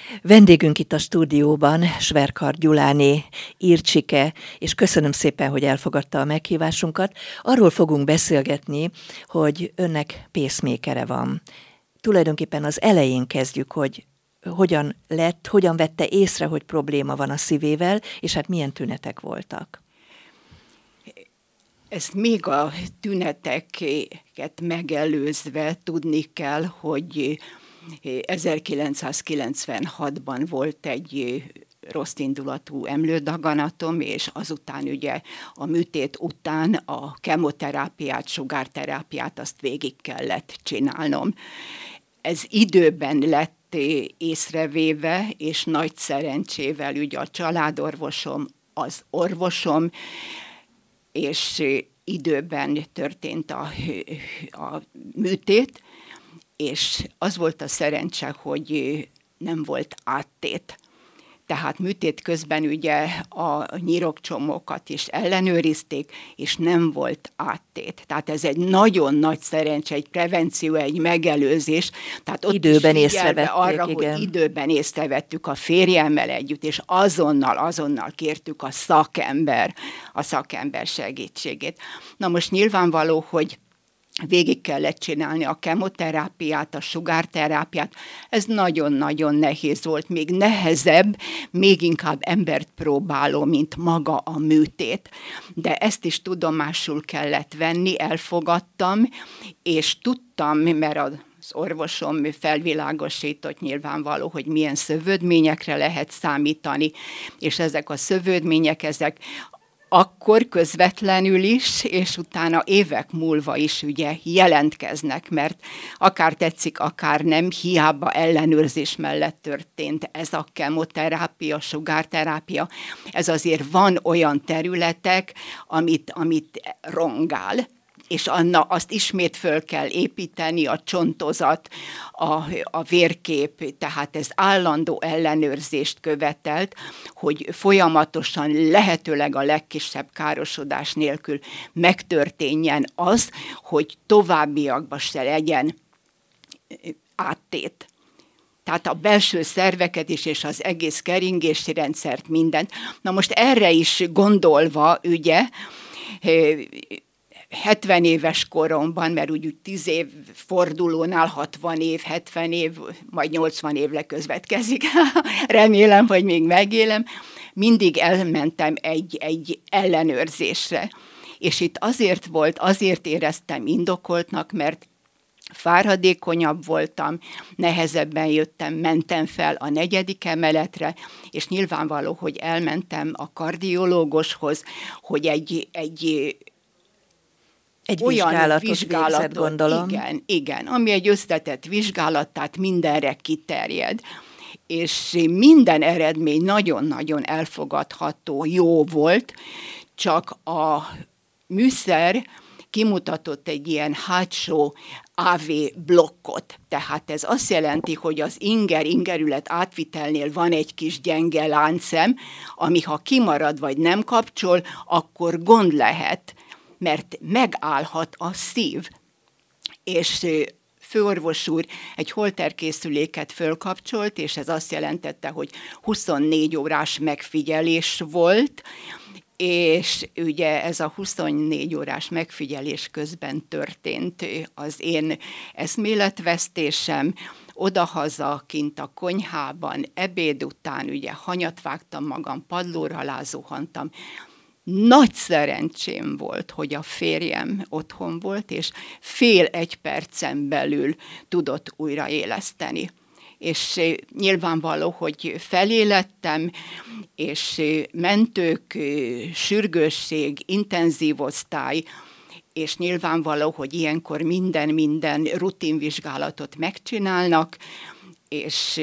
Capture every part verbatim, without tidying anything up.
Vendégünk itt a stúdióban Sverkar Gyuláné Ircsike, és köszönöm szépen, hogy elfogadta a meghívásunkat. Arról fogunk beszélgetni, hogy önnek pacemaker-e van. Tulajdonképpen az elején kezdjük, hogy hogyan lett, hogyan vette észre, hogy probléma van a szívével, és hát milyen tünetek voltak. Ezt még a tüneteket megelőzve tudni kell, hogy ezerkilencszázkilencvenhatban volt egy rossz indulatú emlődaganatom, és azután ugye a műtét után a kemoterápiát, sugárterápiát azt végig kellett csinálnom. Ez időben lett észrevéve, és nagy szerencsével ugye a családorvosom, az orvosom, és időben történt a, a műtét, és az volt a szerencse, hogy nem volt áttét. Tehát műtét közben ugye a nyirokcsomókat is ellenőrizték, és nem volt áttét. Tehát ez egy nagyon nagy szerencse, egy prevenció, egy megelőzés. Tehát ott időben észrevették, arra, igen. hogy időben észrevettük a férjemmel együtt, és azonnal, azonnal kértük a szakember, a szakember segítségét. Na most nyilvánvaló, hogy végig kellett csinálni a kemoterápiát, a sugárterápiát. Ez nagyon-nagyon nehéz volt, még nehezebb, még inkább embert próbáló, mint maga a műtét. De ezt is tudomásul kellett venni, elfogadtam, és tudtam, mert a az orvosom felvilágosított nyilvánvaló, hogy milyen szövődményekre lehet számítani, és ezek a szövődmények, ezek akkor közvetlenül is, és utána évek múlva is ugye jelentkeznek, mert akár tetszik, akár nem, hiába ellenőrzés mellett történt ez a kemoterápia, sugárterápia. Ez azért van olyan területek, amit, amit rongál, és Anna, azt ismét föl kell építeni, a csontozat, a, a vérkép, tehát ez állandó ellenőrzést követelt, hogy folyamatosan lehetőleg a legkisebb károsodás nélkül megtörténjen az, hogy továbbiakban se legyen áttét. Tehát a belső szerveket is, és az egész keringési rendszert, mindent. Na most erre is gondolva, ugye, hetven éves koromban, mert úgy, úgy tíz év fordulónál hatvan év, hetven év, majd nyolcvan évre közvetkezik, remélem, hogy még megélem, mindig elmentem egy, egy ellenőrzésre. És itt azért volt, azért éreztem indokoltnak, mert fáradékonyabb voltam, nehezebben jöttem, mentem fel a negyedik emeletre, és nyilvánvaló, hogy elmentem a kardiológushoz, hogy egy, egy Egy olyan vizsgálatot, vizsgálatot végzett, gondolom. Igen, igen, ami egy összetett vizsgálat, tehát mindenre kiterjed. És minden eredmény nagyon-nagyon elfogadható, jó volt, csak a műszer kimutatott egy ilyen hátsó á vé blokkot. Tehát ez azt jelenti, hogy az inger-ingerület átvitelnél van egy kis gyenge láncszem, ami ha kimarad vagy nem kapcsol, akkor gond lehet, mert megállhat a szív. És főorvos úr egy holterkészüléket fölkapcsolt, és ez azt jelentette, hogy huszonnégy órás megfigyelés volt, és ugye ez a huszonnégy órás megfigyelés közben történt az én eszméletvesztésem, odahaza, kint a konyhában, ebéd után ugye hanyat vágtam magam, padlóra alá zuhantam. Nagy szerencsém volt, hogy a férjem otthon volt, és fél egy percen belül tudott újraéleszteni. És nyilvánvaló, hogy felélettem, és mentők, sürgősség, intenzív osztály, és nyilvánvaló, hogy ilyenkor minden-minden rutinvizsgálatot megcsinálnak, és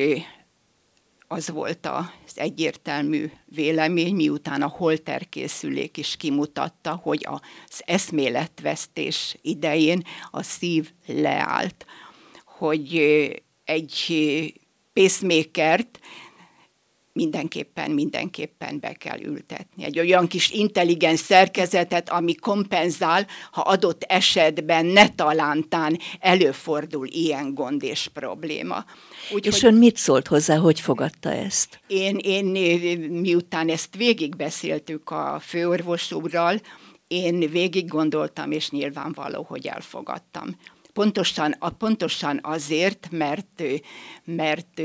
az volt az egyértelmű vélemény, miután a holterkészülék is kimutatta, hogy az eszméletvesztés idején a szív leállt, hogy egy pacemakert mindenképpen, mindenképpen be kell ültetni. Egy olyan kis intelligens szerkezetet, ami kompenzál, ha adott esetben ne talántán előfordul ilyen gond és probléma. Úgy, és ön mit szólt hozzá, hogy fogadta ezt? Én, én miután ezt végigbeszéltük a főorvos úrral, én végig gondoltam, és nyilvánvaló, hogy elfogadtam. Pontosan, pontosan azért, mert, mert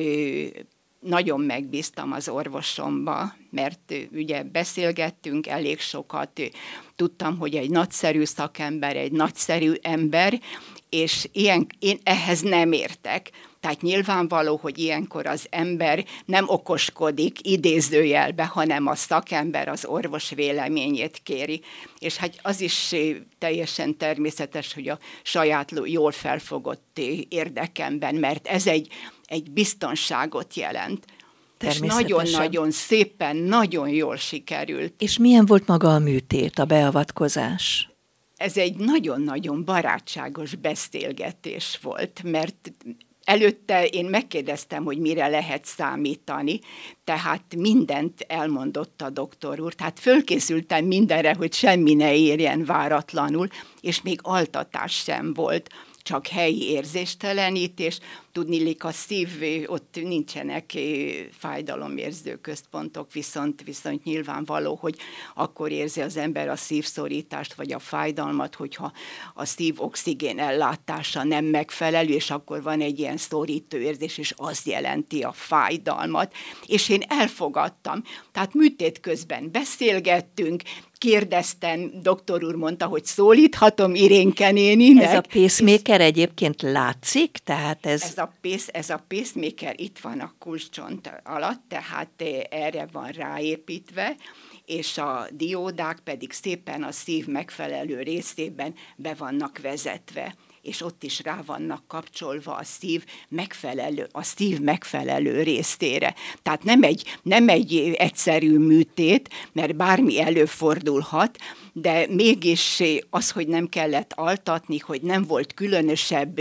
nagyon megbíztam az orvosomba, mert ugye beszélgettünk elég sokat, tudtam, hogy egy nagyszerű szakember, egy nagyszerű ember, és ilyen, én ehhez nem értek. Tehát nyilvánvaló, hogy ilyenkor az ember nem okoskodik idézőjelbe, hanem a szakember az orvos véleményét kéri. És hát az is teljesen természetes, hogy a saját jól felfogott érdekemben, mert ez egy, egy biztonságot jelent. És nagyon-nagyon szépen, nagyon jól sikerült. És milyen volt maga a műtét, a beavatkozás? Ez egy nagyon-nagyon barátságos beszélgetés volt, mert előtte én megkérdeztem, hogy mire lehet számítani, tehát mindent elmondott a doktor úr, tehát fölkészültem mindenre, hogy semmi ne érjen váratlanul, és még altatás sem volt, csak helyi érzéstelenítés. Tudniillik, a szív, ott nincsenek fájdalomérző központok, viszont, viszont nyilvánvaló, hogy akkor érzi az ember a szívszorítást, vagy a fájdalmat, hogyha a szív oxigén ellátása nem megfelelő, és akkor van egy ilyen szorító érzés, és az jelenti a fájdalmat. És én elfogadtam. Tehát műtét közben beszélgettünk, kérdeztem, doktor úr mondta, hogy szólíthatom Irénke néninek. Ez a pacemaker egyébként látszik? Tehát ez... Ez a, pace, ez a pacemaker itt van a kulcscsont alatt, tehát erre van ráépítve, és a diódák pedig szépen a szív megfelelő részében be vannak vezetve, és ott is rá vannak kapcsolva a szív megfelelő, a szív megfelelő részére. Tehát nem egy, nem egy egyszerű műtét, mert bármi előfordulhat, de mégis az, hogy nem kellett altatni, hogy nem volt különösebb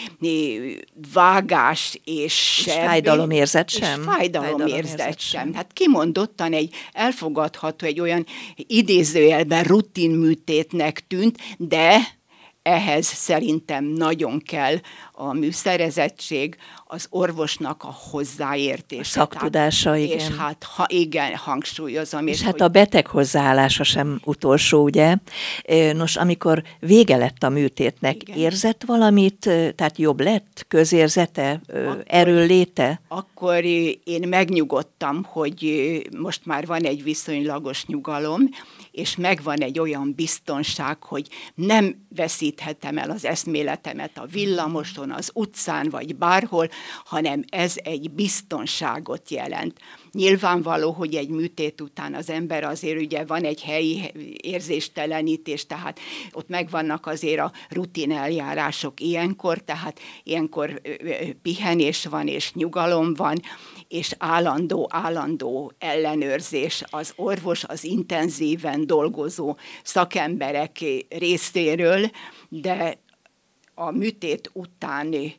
vágás és sebbi, és fájdalomérzet sem. És fájdalomérzet sem. Hát kimondottan egy elfogadható, egy olyan idézőjelben rutinműtétnek tűnt, de ehhez szerintem nagyon kell a műszerezettség, az orvosnak a hozzáértése. A szaktudása, tehát, igen. És hát ha igen, hangsúlyozom. És, és hát hogy... a beteg hozzáállása sem utolsó, ugye? Nos, amikor vége lett a műtétnek, igen. Érzett valamit, tehát jobb lett, közérzete, akkor, erőléte? Akkor én megnyugodtam, hogy most már van egy viszonylagos nyugalom, és megvan egy olyan biztonság, hogy nem veszíthetem el az eszméletemet a villamoson, az utcán, vagy bárhol, hanem ez egy biztonságot jelent. Nyilvánvaló, hogy egy műtét után az ember azért ugye van egy helyi érzéstelenítés, tehát ott megvannak azért a rutin eljárások ilyenkor, tehát ilyenkor pihenés van és nyugalom van, és állandó, állandó ellenőrzés az orvos, az intenzíven dolgozó szakemberek részéről, de a műtét utáni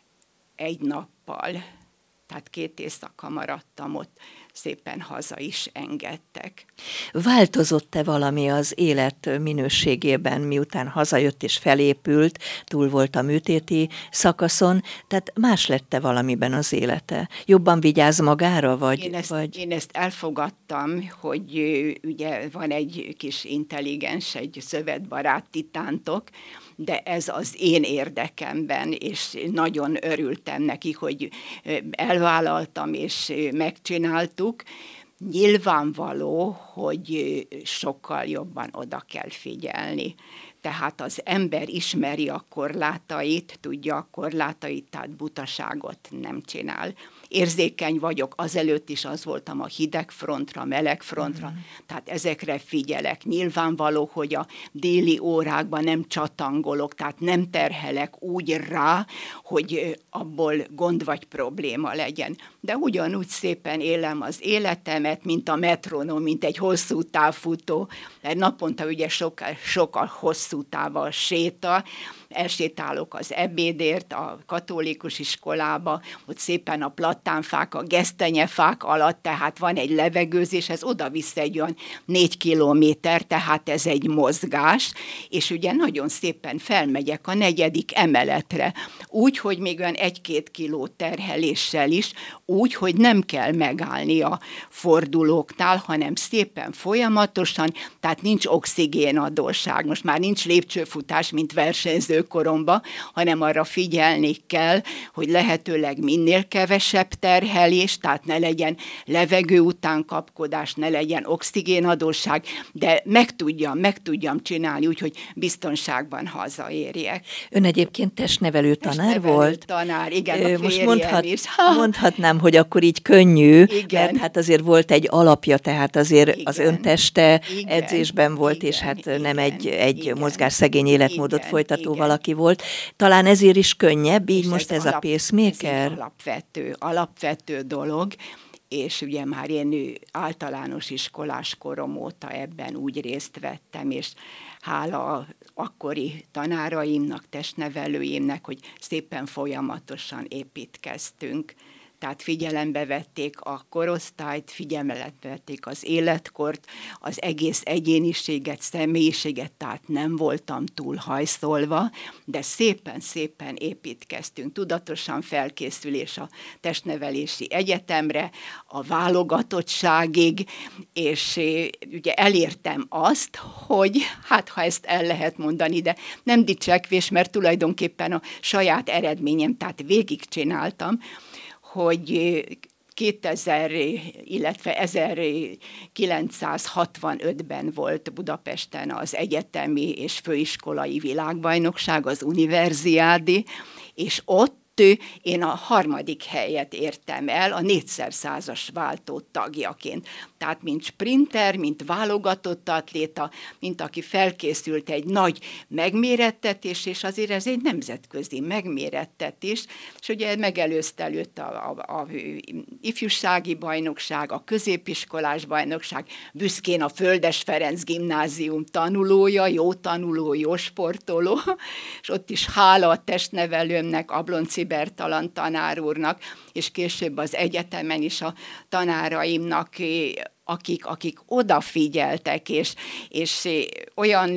egy nappal, tehát két éjszaka maradtam ott, szépen haza is engedtek. Változott-e valami az élet minőségében, miután hazajött és felépült, túl volt a műtéti szakaszon, tehát más lett-e valamiben az élete? Jobban vigyáz magára, vagy... Én ezt, vagy... én ezt elfogadtam, hogy ugye van egy kis intelligens, egy szövetbarát titántok, de ez az én érdekemben, és nagyon örültem neki, hogy elvállaltam és megcsináltuk. Nyilvánvaló, hogy sokkal jobban oda kell figyelni. Tehát az ember ismeri a korlátait, tudja a korlátait, tehát butaságot nem csinál. Érzékeny vagyok, azelőtt is az voltam a hideg frontra, meleg frontra, mm. tehát ezekre figyelek. Nyilvánvaló, hogy a déli órákban nem csatangolok, tehát nem terhelek úgy rá, hogy abból gond vagy probléma legyen. De ugyanúgy szépen élem az életemet, mint a metronom, mint egy hosszú távfutó, mert naponta ugye sok, sok a hosszú táv a séta, elsétálok az ebédért a katolikus iskolába, ott szépen a platánfák, a gesztenyefák alatt, tehát van egy levegőzés, ez oda-vissza egy olyan négy kilométer, tehát ez egy mozgás, és ugye nagyon szépen felmegyek a negyedik emeletre, úgy, hogy még olyan egy-két kiló terheléssel is, úgy, hogy nem kell megállni a fordulóknál, hanem szépen folyamatosan, tehát nincs oxigénadósság. Most már nincs lépcsőfutás, mint versenyzőkoromban, hanem arra figyelni kell, hogy lehetőleg minél kevesebb terhelés, tehát ne legyen levegő után kapkodás, ne legyen oxigénadósság, de meg tudjam, meg tudjam csinálni úgy, hogy biztonságban hazaérjek. Ön egyébként testnevelő tanár Testnevelő volt? tanár, igen, a Most mondhat, is. mondhatnám, hogy akkor így könnyű, igen. mert hát azért volt egy alapja, tehát azért igen. az önteste igen. edzésben volt, igen. és hát igen. nem egy, egy igen. mozgásszegény életmódot igen. folytató igen. valaki volt. Talán ezért is könnyebb, így és most ez, ez ez alap, a pacemaker? Ez egy alapvető, alapvető dolog, és ugye már én általános iskolás korom óta ebben úgy részt vettem, és hála akkori tanáraimnak, testnevelőimnek, hogy szépen folyamatosan építkeztünk. Tehát figyelembe vették a korosztályt, figyelembe vették az életkort, az egész egyéniséget, személyiséget, tehát nem voltam túl hajszolva, de szépen-szépen építkeztünk. Tudatosan felkészülés a testnevelési egyetemre, a válogatottságig, és ugye elértem azt, hogy hát ha ezt el lehet mondani, de nem dicsekvés, mert tulajdonképpen a saját eredményem, tehát végigcsináltam, hogy kétezer, illetve ezerkilencszázhatvanötben volt Budapesten az egyetemi és főiskolai világbajnokság, az Universiádi, és ott én a harmadik helyet értem el a négyszer százas váltó tagjaként. Tehát mint sprinter, mint válogatott atléta, mint aki felkészült egy nagy megmérettetés, és azért ez egy nemzetközi megmérettetés, és ugye megelőzte előtt a, a, a ifjúsági bajnokság, a középiskolás bajnokság, büszkén a Földes Ferenc gimnázium tanulója, jó tanuló, jó sportoló, és ott is hála a testnevelőmnek, Ablonci Bertalan tanár úrnak, és később az egyetemen is a tanáraimnak, akik, akik odafigyeltek, és, és olyan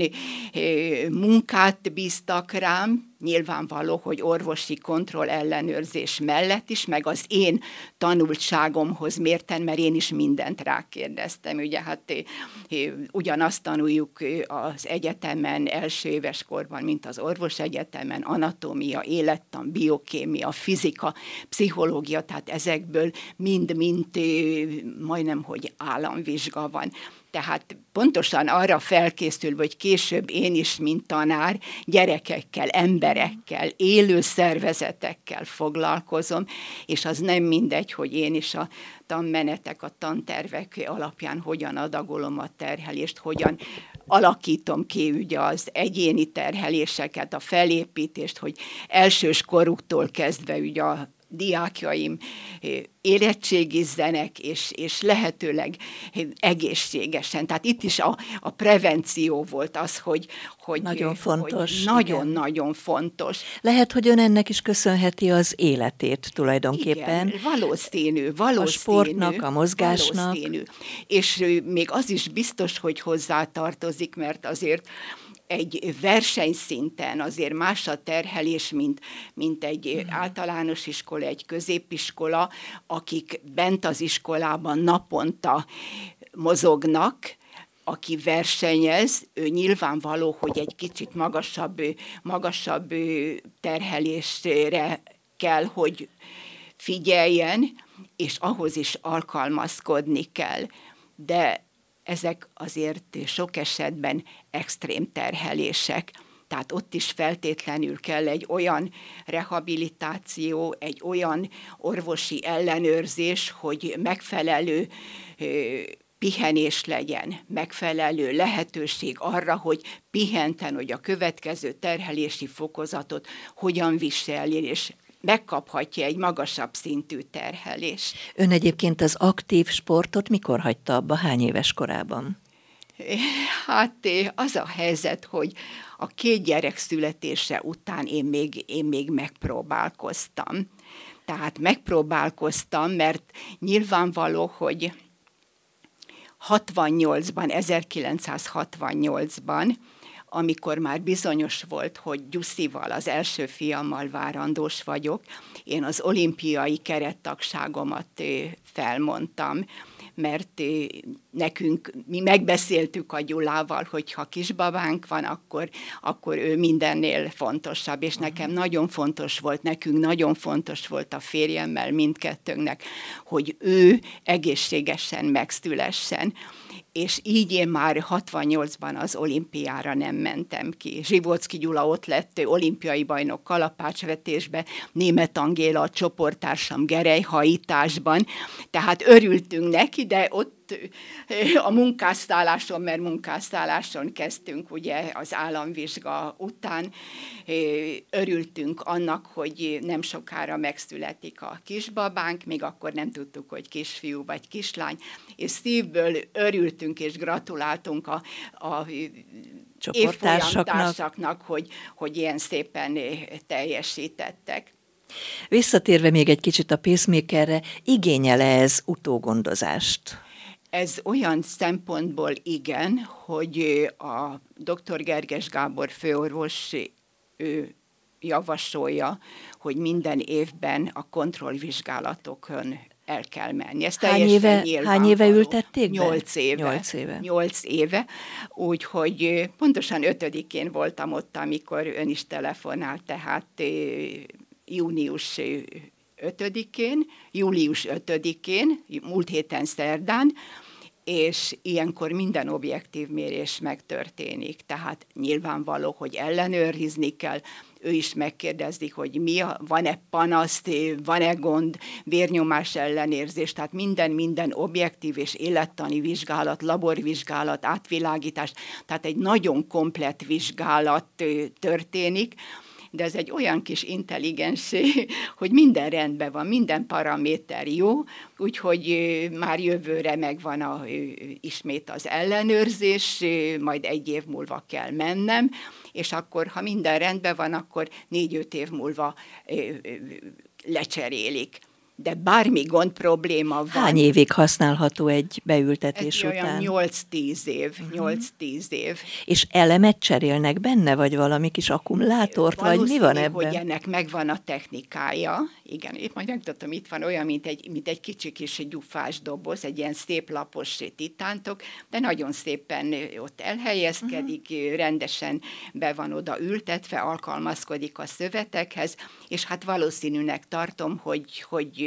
munkát bíztak rám, nyilvánvaló, hogy orvosi kontroll ellenőrzés mellett is, meg az én tanultságomhoz mérten, mert én is mindent rákérdeztem. Ugye hát ugyanazt tanuljuk az egyetemen első éves korban, mint az orvosegyetemen, anatómia, élettan, biokémia, fizika, pszichológia, tehát ezekből mind-mind majdnem, hogy államvizsga van. Tehát pontosan arra felkészülve, hogy később én is, mint tanár, gyerekekkel, emberekkel, élő szervezetekkel foglalkozom, és az nem mindegy, hogy én is a tanmenetek, a tantervek alapján hogyan adagolom a terhelést, hogyan alakítom ki ugye az egyéni terheléseket, a felépítést, hogy elsős koruktól kezdve ugye a diákjaim érettségizzenek, és, és lehetőleg egészségesen. Tehát itt is a, a prevenció volt az, hogy, hogy nagyon fontos. Nagyon-nagyon fontos. Lehet, hogy ön ennek is köszönheti az életét tulajdonképpen. Igen, valószínű, valószínű. A sportnak, a mozgásnak. Valószínű. És még az is biztos, hogy hozzátartozik, mert azért egy versenyszinten azért más a terhelés, mint, mint egy mm. általános iskola, egy középiskola, akik bent az iskolában naponta mozognak, aki versenyez, ő nyilvánvaló, hogy egy kicsit magasabb, magasabb terhelésre kell, hogy figyeljen, és ahhoz is alkalmazkodni kell. De ezek azért sok esetben extrém terhelések. Tehát ott is feltétlenül kell egy olyan rehabilitáció, egy olyan orvosi ellenőrzés, hogy megfelelő ö, pihenés legyen, megfelelő lehetőség arra, hogy pihenten, hogy a következő terhelési fokozatot hogyan viseljen, és megkaphatja egy magasabb szintű terhelés. Ön egyébként az aktív sportot mikor hagyta abba, hány éves korában? Hát az a helyzet, hogy a két gyerek születése után én még, én még megpróbálkoztam. Tehát megpróbálkoztam, mert nyilvánvaló, hogy hatvannyolcban, ezerkilencszázhatvannyolcban, amikor már bizonyos volt, hogy Gyuszival, az első fiammal várandós vagyok, én az olimpiai kerettagságomat felmondtam, mert nekünk, mi megbeszéltük a Gyulával, hogy ha kisbabánk van, akkor, akkor ő mindennél fontosabb, és nekem nagyon fontos volt, nekünk nagyon fontos volt a férjemmel mindkettőnknek, hogy ő egészségesen megszülessen. És így én már hatvannyolcban az olimpiára nem mentem ki. Zsibocki Gyula ott lett, olimpiai bajnok kalapácsvetésbe, Németh Angéla a csoporttársam gerelyhajításban, tehát örültünk neki, de ott a munkászálláson, mert munkászálláson kezdtünk ugye az államvizsga után, örültünk annak, hogy nem sokára megszületik a kisbabánk, még akkor nem tudtuk, hogy kisfiú vagy kislány, és szívből örültünk és gratuláltunk a, a évfolyamtársaknak, hogy, hogy ilyen szépen teljesítettek. Visszatérve még egy kicsit a pacemakerre, igényel-e ez utógondozást? Ez olyan szempontból igen, hogy a dr. Gerges Gábor főorvos ő javasolja, hogy minden évben a kontrollvizsgálatokon el kell menni. Ez hány éve, hány éve ültették be? Nyolc éve. Nyolc éve. Nyolc éve. Úgyhogy pontosan ötödikén voltam ott, amikor ön is telefonált, tehát június ötödikén, július ötödikén, múlt héten szerdán, és ilyenkor minden objektív mérés megtörténik. Tehát nyilvánvaló, hogy ellenőrizni kell, ő is megkérdezi, hogy mi a, van-e panasz, van-e gond, vérnyomás ellenérzés, tehát minden, minden objektív és élettani vizsgálat, laborvizsgálat, átvilágítás, tehát egy nagyon komplett vizsgálat történik, de ez egy olyan kis intelligensé, hogy minden rendben van, minden paraméter jó, úgyhogy már jövőre megvan a, ismét az ellenőrzés, majd egy év múlva kell mennem, és akkor, ha minden rendben van, akkor négy-öt év múlva lecserélik. De bármi gond, probléma van. Hány évig használható egy beültetés ez után? Olyan nyolc-tíz év, uh-huh. nyolc-tíz év. És elemet cserélnek benne, vagy valami kis akkumulátort, vagy mi van ebben? Hogy ennek megvan a technikája. Igen, épp majd megmutatom, itt van olyan, mint egy, mint egy kicsi kis gyufás doboz, egy ilyen szép lapos titántok, de nagyon szépen ott elhelyezkedik, uh-huh. rendesen be van oda ültetve, alkalmazkodik a szövetekhez, és hát valószínűnek tartom, hogy, hogy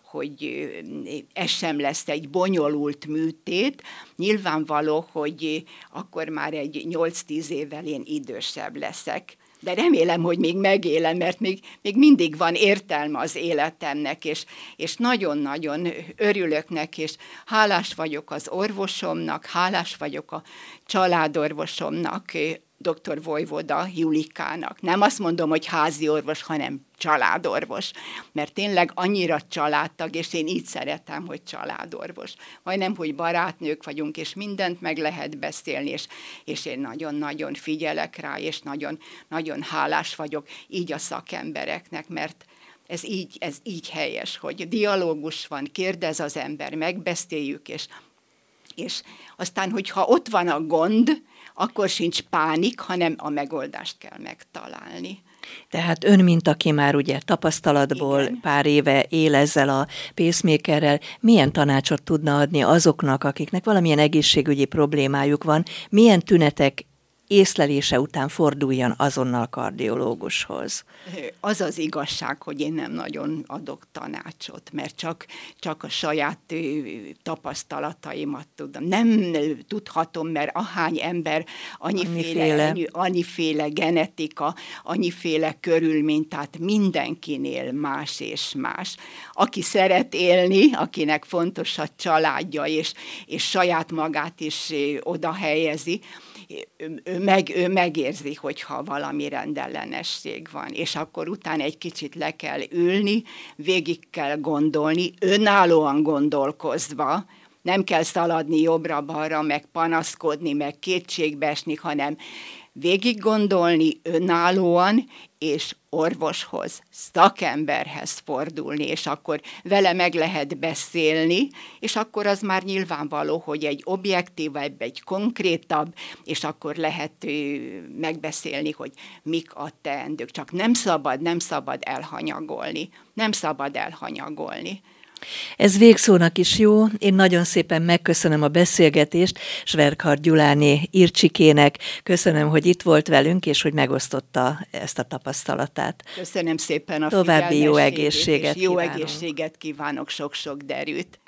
hogy ez sem lesz egy bonyolult műtét. Nyilvánvaló, hogy akkor már egy nyolc-tíz évvel én idősebb leszek. De remélem, hogy még megélem, mert még, még mindig van értelme az életemnek, és, és nagyon-nagyon örülök neki, és hálás vagyok az orvosomnak, hálás vagyok a családorvosomnak, dr. Vojvoda Julikának. Nem azt mondom, hogy házi orvos, hanem családorvos, mert tényleg annyira családtag, és én így szeretem, hogy családorvos. Majdnem, hogy barátnők vagyunk, és mindent meg lehet beszélni, és, és én nagyon-nagyon figyelek rá, és nagyon, nagyon hálás vagyok így a szakembereknek, mert ez így, ez így helyes, hogy dialógus van, kérdez az ember, megbeszéljük, és, és aztán, hogyha ott van a gond, akkor sincs pánik, hanem a megoldást kell megtalálni. Tehát ön, mint aki már ugye tapasztalatból Igen. pár éve él ezzel a pacemakerrel, milyen tanácsot tudna adni azoknak, akiknek valamilyen egészségügyi problémájuk van, milyen tünetek észlelése után forduljon azonnal kardiológushoz? Az az igazság, hogy én nem nagyon adok tanácsot, mert csak, csak a saját tapasztalataimat tudom. Nem tudhatom, mert ahány ember, annyiféle, annyiféle. annyiféle genetika, annyiféle körülmény, tehát mindenkinél más és más. Aki szeret élni, akinek fontos a családja, és, és saját magát is oda helyezi, ő, meg, ő megérzi, hogyha valami rendellenesség van, és akkor utána egy kicsit le kell ülni, végig kell gondolni, önállóan gondolkozva, nem kell szaladni jobbra-balra, meg panaszkodni, meg kétségbeesni, hanem végig gondolni önállóan, és orvoshoz, szakemberhez fordulni, és akkor vele meg lehet beszélni, és akkor az már nyilvánvaló, hogy egy objektívabb, egy konkrétabb, és akkor lehet megbeszélni, hogy mik a teendők. Csak nem szabad, nem szabad elhanyagolni. Nem szabad elhanyagolni. Ez végszónak is jó. Én nagyon szépen megköszönöm a beszélgetést Sverkard Gyuláné Ircsikének. Köszönöm, hogy itt volt velünk, és hogy megosztotta ezt a tapasztalatát. Köszönöm szépen a További jó figyelmességét, egészséget és jó kívánok. egészséget kívánok, sok-sok derűt.